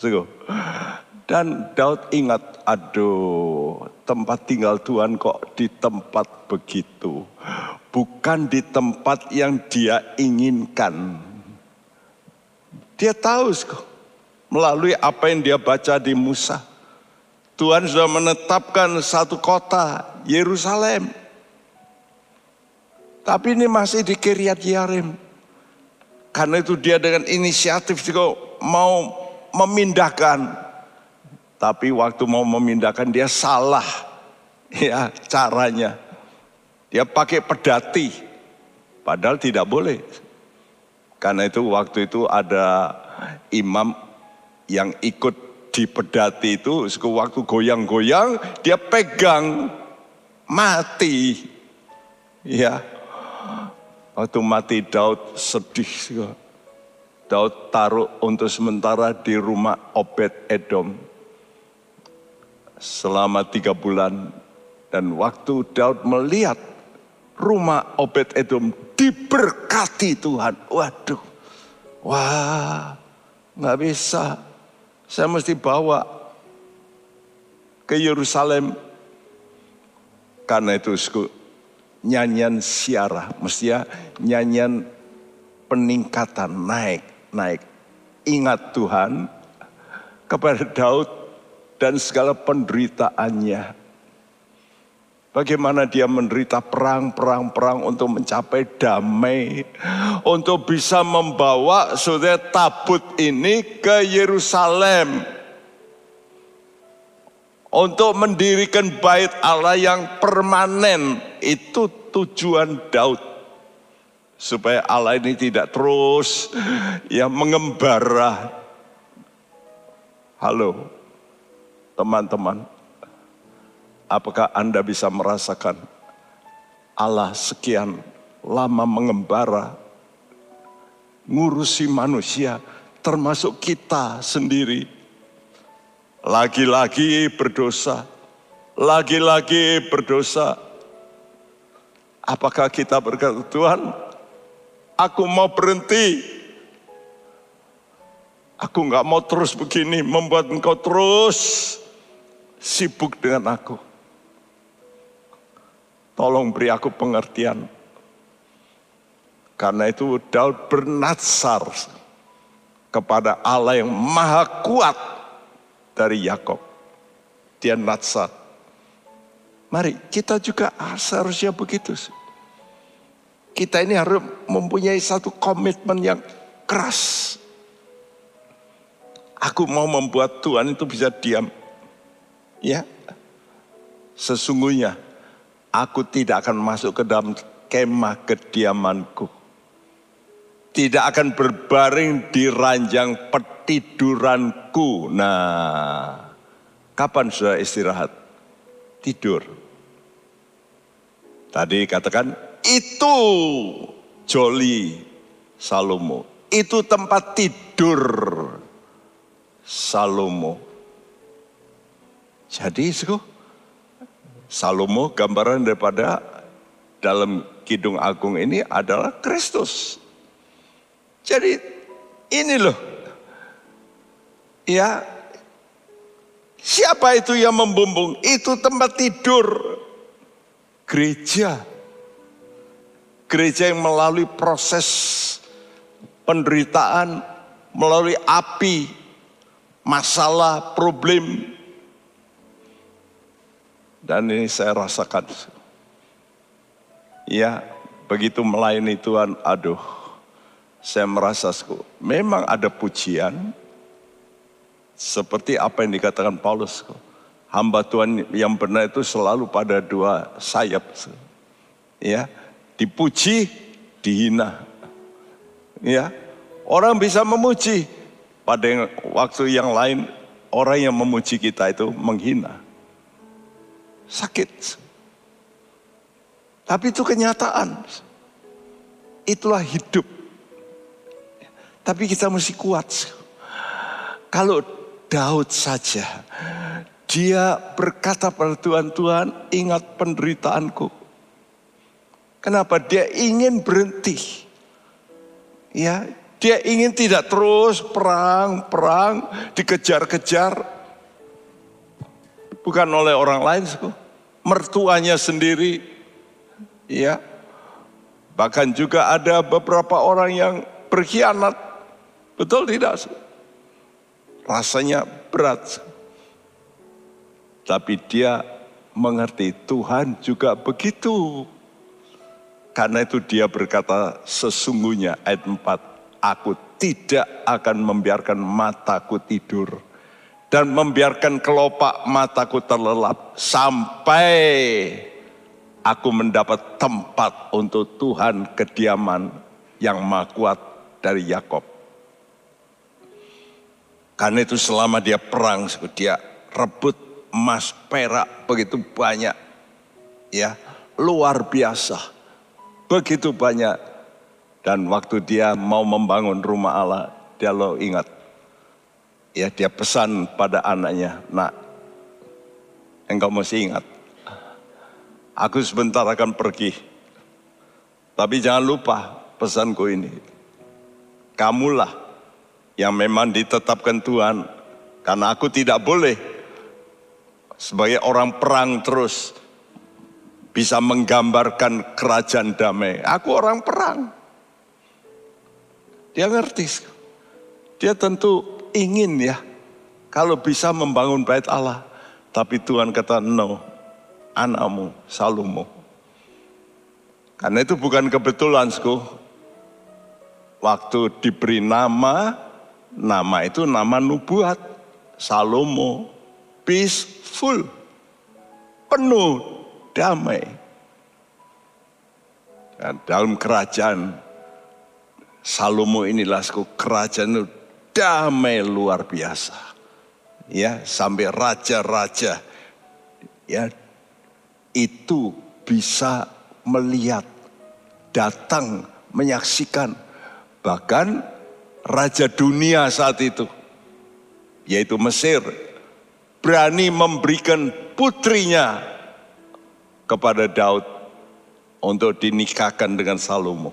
Dan Daud ingat, aduh, tempat tinggal Tuhan kok di tempat begitu. Bukan di tempat yang dia inginkan. Dia tahu melalui apa yang dia baca di Musa. Tuhan sudah menetapkan satu kota, Yerusalem. Tapi ini masih di Kiryat Yearim. Karena itu dia dengan inisiatif juga mau memindahkan. Tapi waktu mau memindahkan dia salah, ya, caranya. Dia pakai pedati, padahal tidak boleh. Karena itu waktu itu ada imam yang ikut di pedati itu, waktu goyang-goyang dia pegang, mati. Ya, waktu mati Daud sedih. Daud taruh untuk sementara di rumah Obed Edom selama tiga bulan. Dan waktu Daud melihat rumah Obed Edom diberkati Tuhan, waduh, wah, nggak bisa. Saya mesti bawa ke Yerusalem. Karena itu nyanyian siarah, mestinya nyanyian peningkatan, naik, naik. Ingat Tuhan kepada Daud dan segala penderitaannya. Bagaimana dia menderita perang, perang, perang untuk mencapai damai. Untuk bisa membawa saudara tabut ini ke Yerusalem. Untuk mendirikan bait Allah yang permanen. Itu tujuan Daud. Supaya Allah ini tidak terus ya mengembara. Halo teman-teman. Apakah Anda bisa merasakan Allah sekian lama mengembara ngurusi manusia, termasuk kita sendiri. Lagi-lagi berdosa, lagi-lagi berdosa. Apakah kita berkata, Tuhan, aku mau berhenti. Aku nggak mau terus begini, membuat engkau terus sibuk dengan aku. Tolong beri aku pengertian. Karena itu Daud bernazar kepada Allah yang maha kuat dari Yakub. Dia nazar. Mari kita juga seharusnya begitu. Kita ini harus mempunyai satu komitmen yang keras. Aku mau membuat Tuhan itu bisa diam. Ya, sesungguhnya aku tidak akan masuk ke dalam kemah kediamanku. Tidak akan berbaring di ranjang petiduranku. Nah, kapan sudah istirahat? Tidur. Tadi katakan, itu Joli Salomo. Itu tempat tidur Salomo. Jadi Salomo gambaran daripada dalam Kidung Agung ini adalah Kristus. Jadi ini loh. Ya, siapa itu yang membumbung? Itu tempat tidur gereja. Gereja yang melalui proses penderitaan, melalui api, masalah, problem. Dan ini saya rasakan. Ya, begitu melayani Tuhan, aduh, saya merasa memang ada pujian. Seperti apa yang dikatakan Paulus. Hamba Tuhan yang benar itu selalu pada dua sayap. Ya, dipuji, dihina. Ya, orang bisa memuji. Pada yang, waktu yang lain, orang yang memuji kita itu menghina. Sakit. Tapi itu kenyataan. Itulah hidup. Tapi kita mesti kuat. Kalau Daud saja, dia berkata pada Tuhan, Tuhan ingat penderitaanku. Kenapa? Dia ingin berhenti. Ya, dia ingin tidak terus perang, perang, dikejar-kejar. Bukan oleh orang lain, mertuanya sendiri. Ya, bahkan juga ada beberapa orang yang berkhianat. Betul tidak? Rasanya berat. Tapi dia mengerti Tuhan juga begitu. Karena itu dia berkata sesungguhnya ayat empat. Aku tidak akan membiarkan mataku tidur. Dan membiarkan kelopak mataku terlelap. Sampai aku mendapat tempat untuk Tuhan kediaman yang maha kuat dari Yakub. Karena itu selama dia perang, dia rebut emas perak begitu banyak. Ya, luar biasa. Begitu banyak. Dan waktu dia mau membangun rumah Allah, dia lo ingat. Ya, dia pesan pada anaknya, nak, engkau mesti ingat. Aku sebentar akan pergi. Tapi jangan lupa pesanku ini. Kamulah yang memang ditetapkan Tuhan. Karena aku tidak boleh sebagai orang perang terus bisa menggambarkan kerajaan damai. Aku orang perang. Dia ngerti. Dia tentu ingin ya. Kalau bisa membangun bait Allah. Tapi Tuhan kata no. Anakmu, Salomo. Karena itu bukan kebetulan, Sku. Waktu diberi nama, nama itu nama nubuat. Salomo, peaceful, penuh damai. Dan dalam kerajaan Salomo inilah, Sku, kerajaan itu damai luar biasa. Ya, sampai raja-raja ya itu bisa melihat, datang, menyaksikan Bahkan raja dunia saat itu, yaitu Mesir, berani memberikan putrinya kepada Daud untuk dinikahkan dengan Salomo.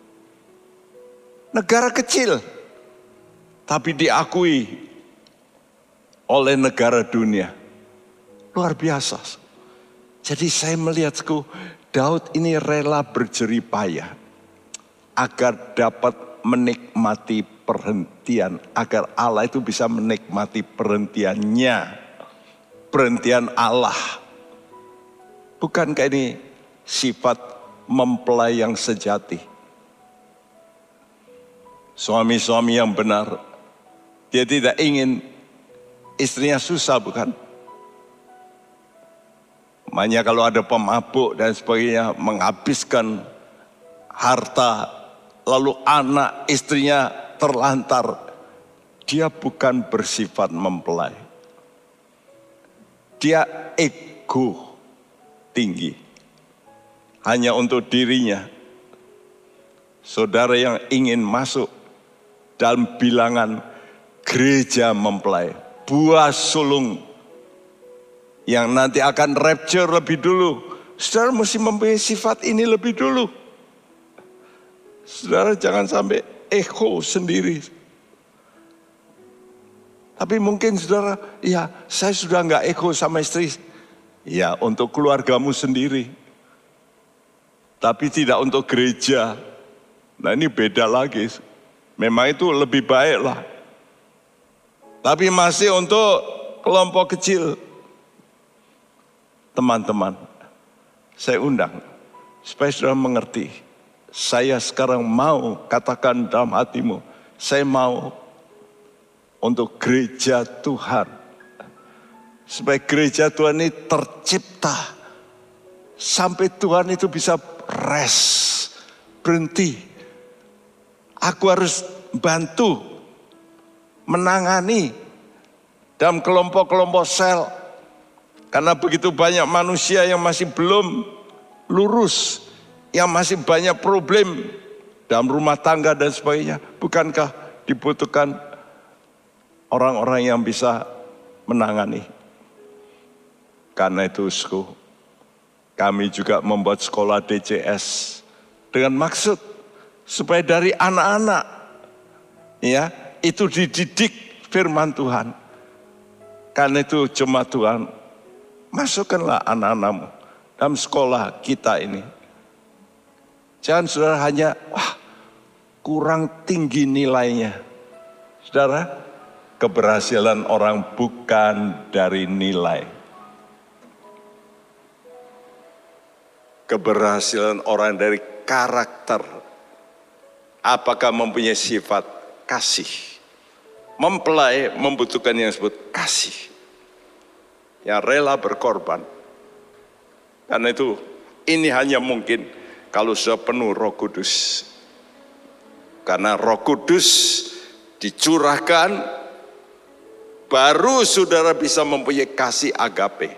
Negara kecil, tapi diakui oleh negara dunia. Luar biasa. Jadi saya melihatku, Daud ini rela berjerih payah agar dapat menikmati perhentian, agar Allah itu bisa menikmati perhentiannya, perhentian Allah. Bukankah ini sifat mempelai yang sejati? Suami-suami yang benar, dia tidak ingin istrinya susah, bukan? Makanya kalau ada pemabuk dan sebagainya, menghabiskan harta, lalu anak istrinya terlantar, dia bukan bersifat mempelai. Dia ego tinggi, hanya untuk dirinya. Saudara yang ingin masuk dalam bilangan gereja mempelai, buah sulung yang nanti akan rapture lebih dulu, saudara mesti mempunyai sifat ini lebih dulu. Saudara jangan sampai ego sendiri. Tapi mungkin saudara, ya saya sudah nggak ego sama istri. Ya untuk keluargamu sendiri. Tapi tidak untuk gereja. Nah ini beda lagi. Memang itu lebih baik lah. Tapi masih untuk kelompok kecil. Teman-teman, saya undang supaya saudara mengerti. Saya sekarang mau katakan dalam hatimu, saya mau untuk gereja Tuhan. Supaya gereja Tuhan ini tercipta. Sampai Tuhan itu bisa rest, berhenti. Aku harus bantu, menangani dalam kelompok-kelompok sel. Karena begitu banyak manusia yang masih belum lurus, yang masih banyak problem dalam rumah tangga dan sebagainya. Bukankah dibutuhkan orang-orang yang bisa menangani? Karena itu, kami juga membuat sekolah D C S dengan maksud supaya dari anak-anak ya itu dididik firman Tuhan. Karena itu jemaat Tuhan, masukkanlah anak-anakmu dalam sekolah kita ini. Jangan saudara hanya, wah kurang tinggi nilainya. Saudara, keberhasilan orang bukan dari nilai. Keberhasilan orang dari karakter. Apakah mempunyai sifat kasih? Mempelai membutuhkan yang disebut kasih. Yang rela berkorban. Karena itu ini hanya mungkin kalau sudah penuh Roh Kudus. Karena Roh Kudus dicurahkan, baru saudara bisa mempunyai kasih agape.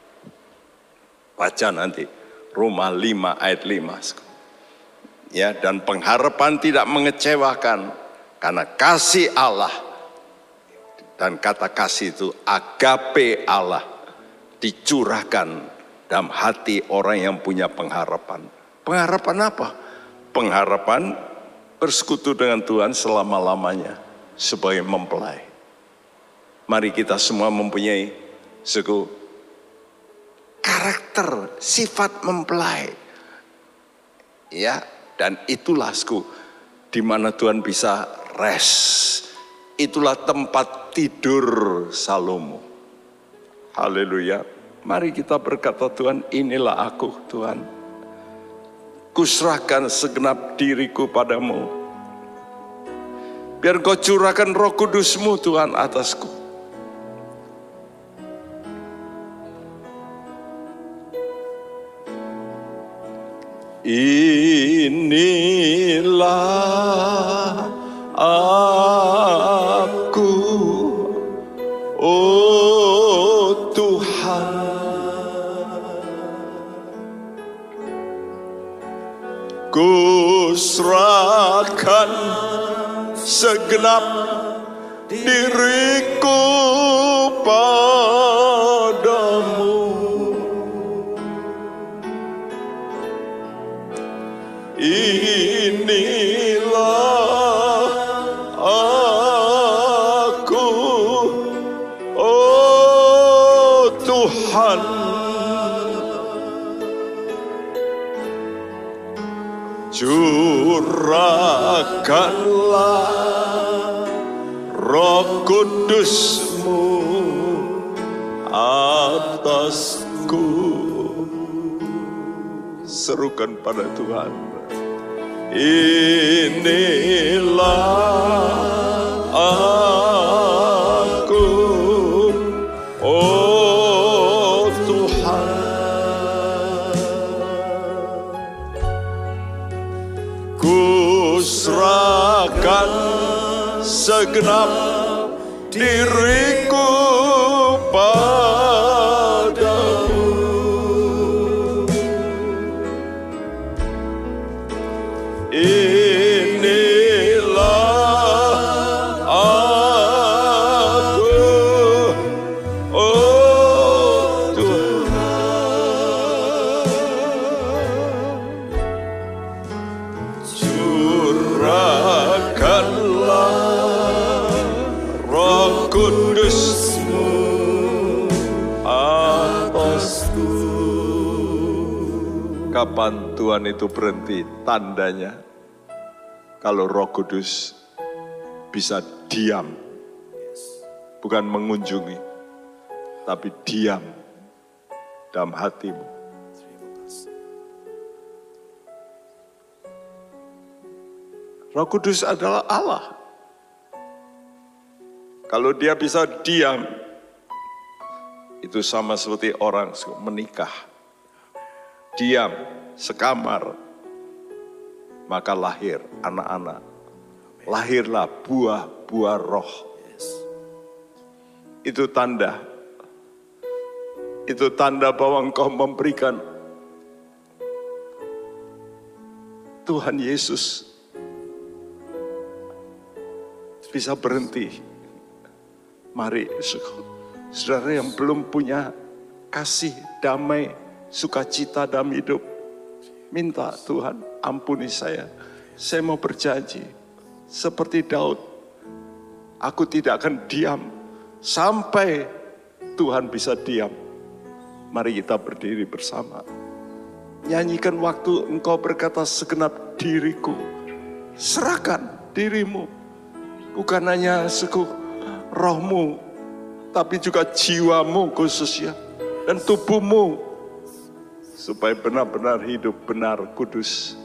Baca nanti Roma lima ayat lima. Ya, dan pengharapan tidak mengecewakan karena kasih Allah. Dan kata kasih itu agape Allah dicurahkan dalam hati orang yang punya pengharapan. Pengharapan apa? Pengharapan bersekutu dengan Tuhan selama-lamanya sebagai mempelai. Mari kita semua mempunyai suku karakter, sifat mempelai. Ya, dan itulah suku di mana Tuhan bisa rest. Itulah tempat tidur Salomo. Haleluya. Mari kita berkata, Tuhan, inilah aku, Tuhan. Kuserahkan segenap diriku padamu. Biar Kau curahkan Roh Kudus-Mu, Tuhan, atasku. Inilah aku, oh Tuhan, ku serahkan Kuserahkan segenap diriku padamu. Inilah aku, oh Tuhan. Curahkanlah Roh Kudus-Mu atasku. Serukan pada Tuhan. Inilah aku, oh Tuhan. Kuserahkan segenap diriku padamu. Inilah aku, oh Tuhan. Curahkanlah Roh Kudus-Mu atasku. Kapan Tuhan itu berhenti? Tandanya kalau Roh Kudus bisa diam, bukan mengunjungi, tapi diam dalam hatimu. Roh Kudus adalah Allah. Kalau dia bisa diam, itu sama seperti orang menikah. Diam, sekamar, maka lahir anak-anak. Lahirlah buah-buah roh. Itu tanda. Itu tanda bahwa engkau memberikan Tuhan Yesus bisa berhenti. Mari saudara yang belum punya kasih, damai, sukacita dalam hidup, minta Tuhan ampuni saya. Saya mau berjanji seperti Daud, aku tidak akan diam sampai Tuhan bisa diam. Mari kita berdiri bersama. Nyanyikan waktu engkau berkata segenap diriku. Serahkan dirimu. Bukan hanya suku rohmu, tapi juga jiwamu khususnya. Dan tubuhmu. Supaya benar-benar hidup benar, kudus.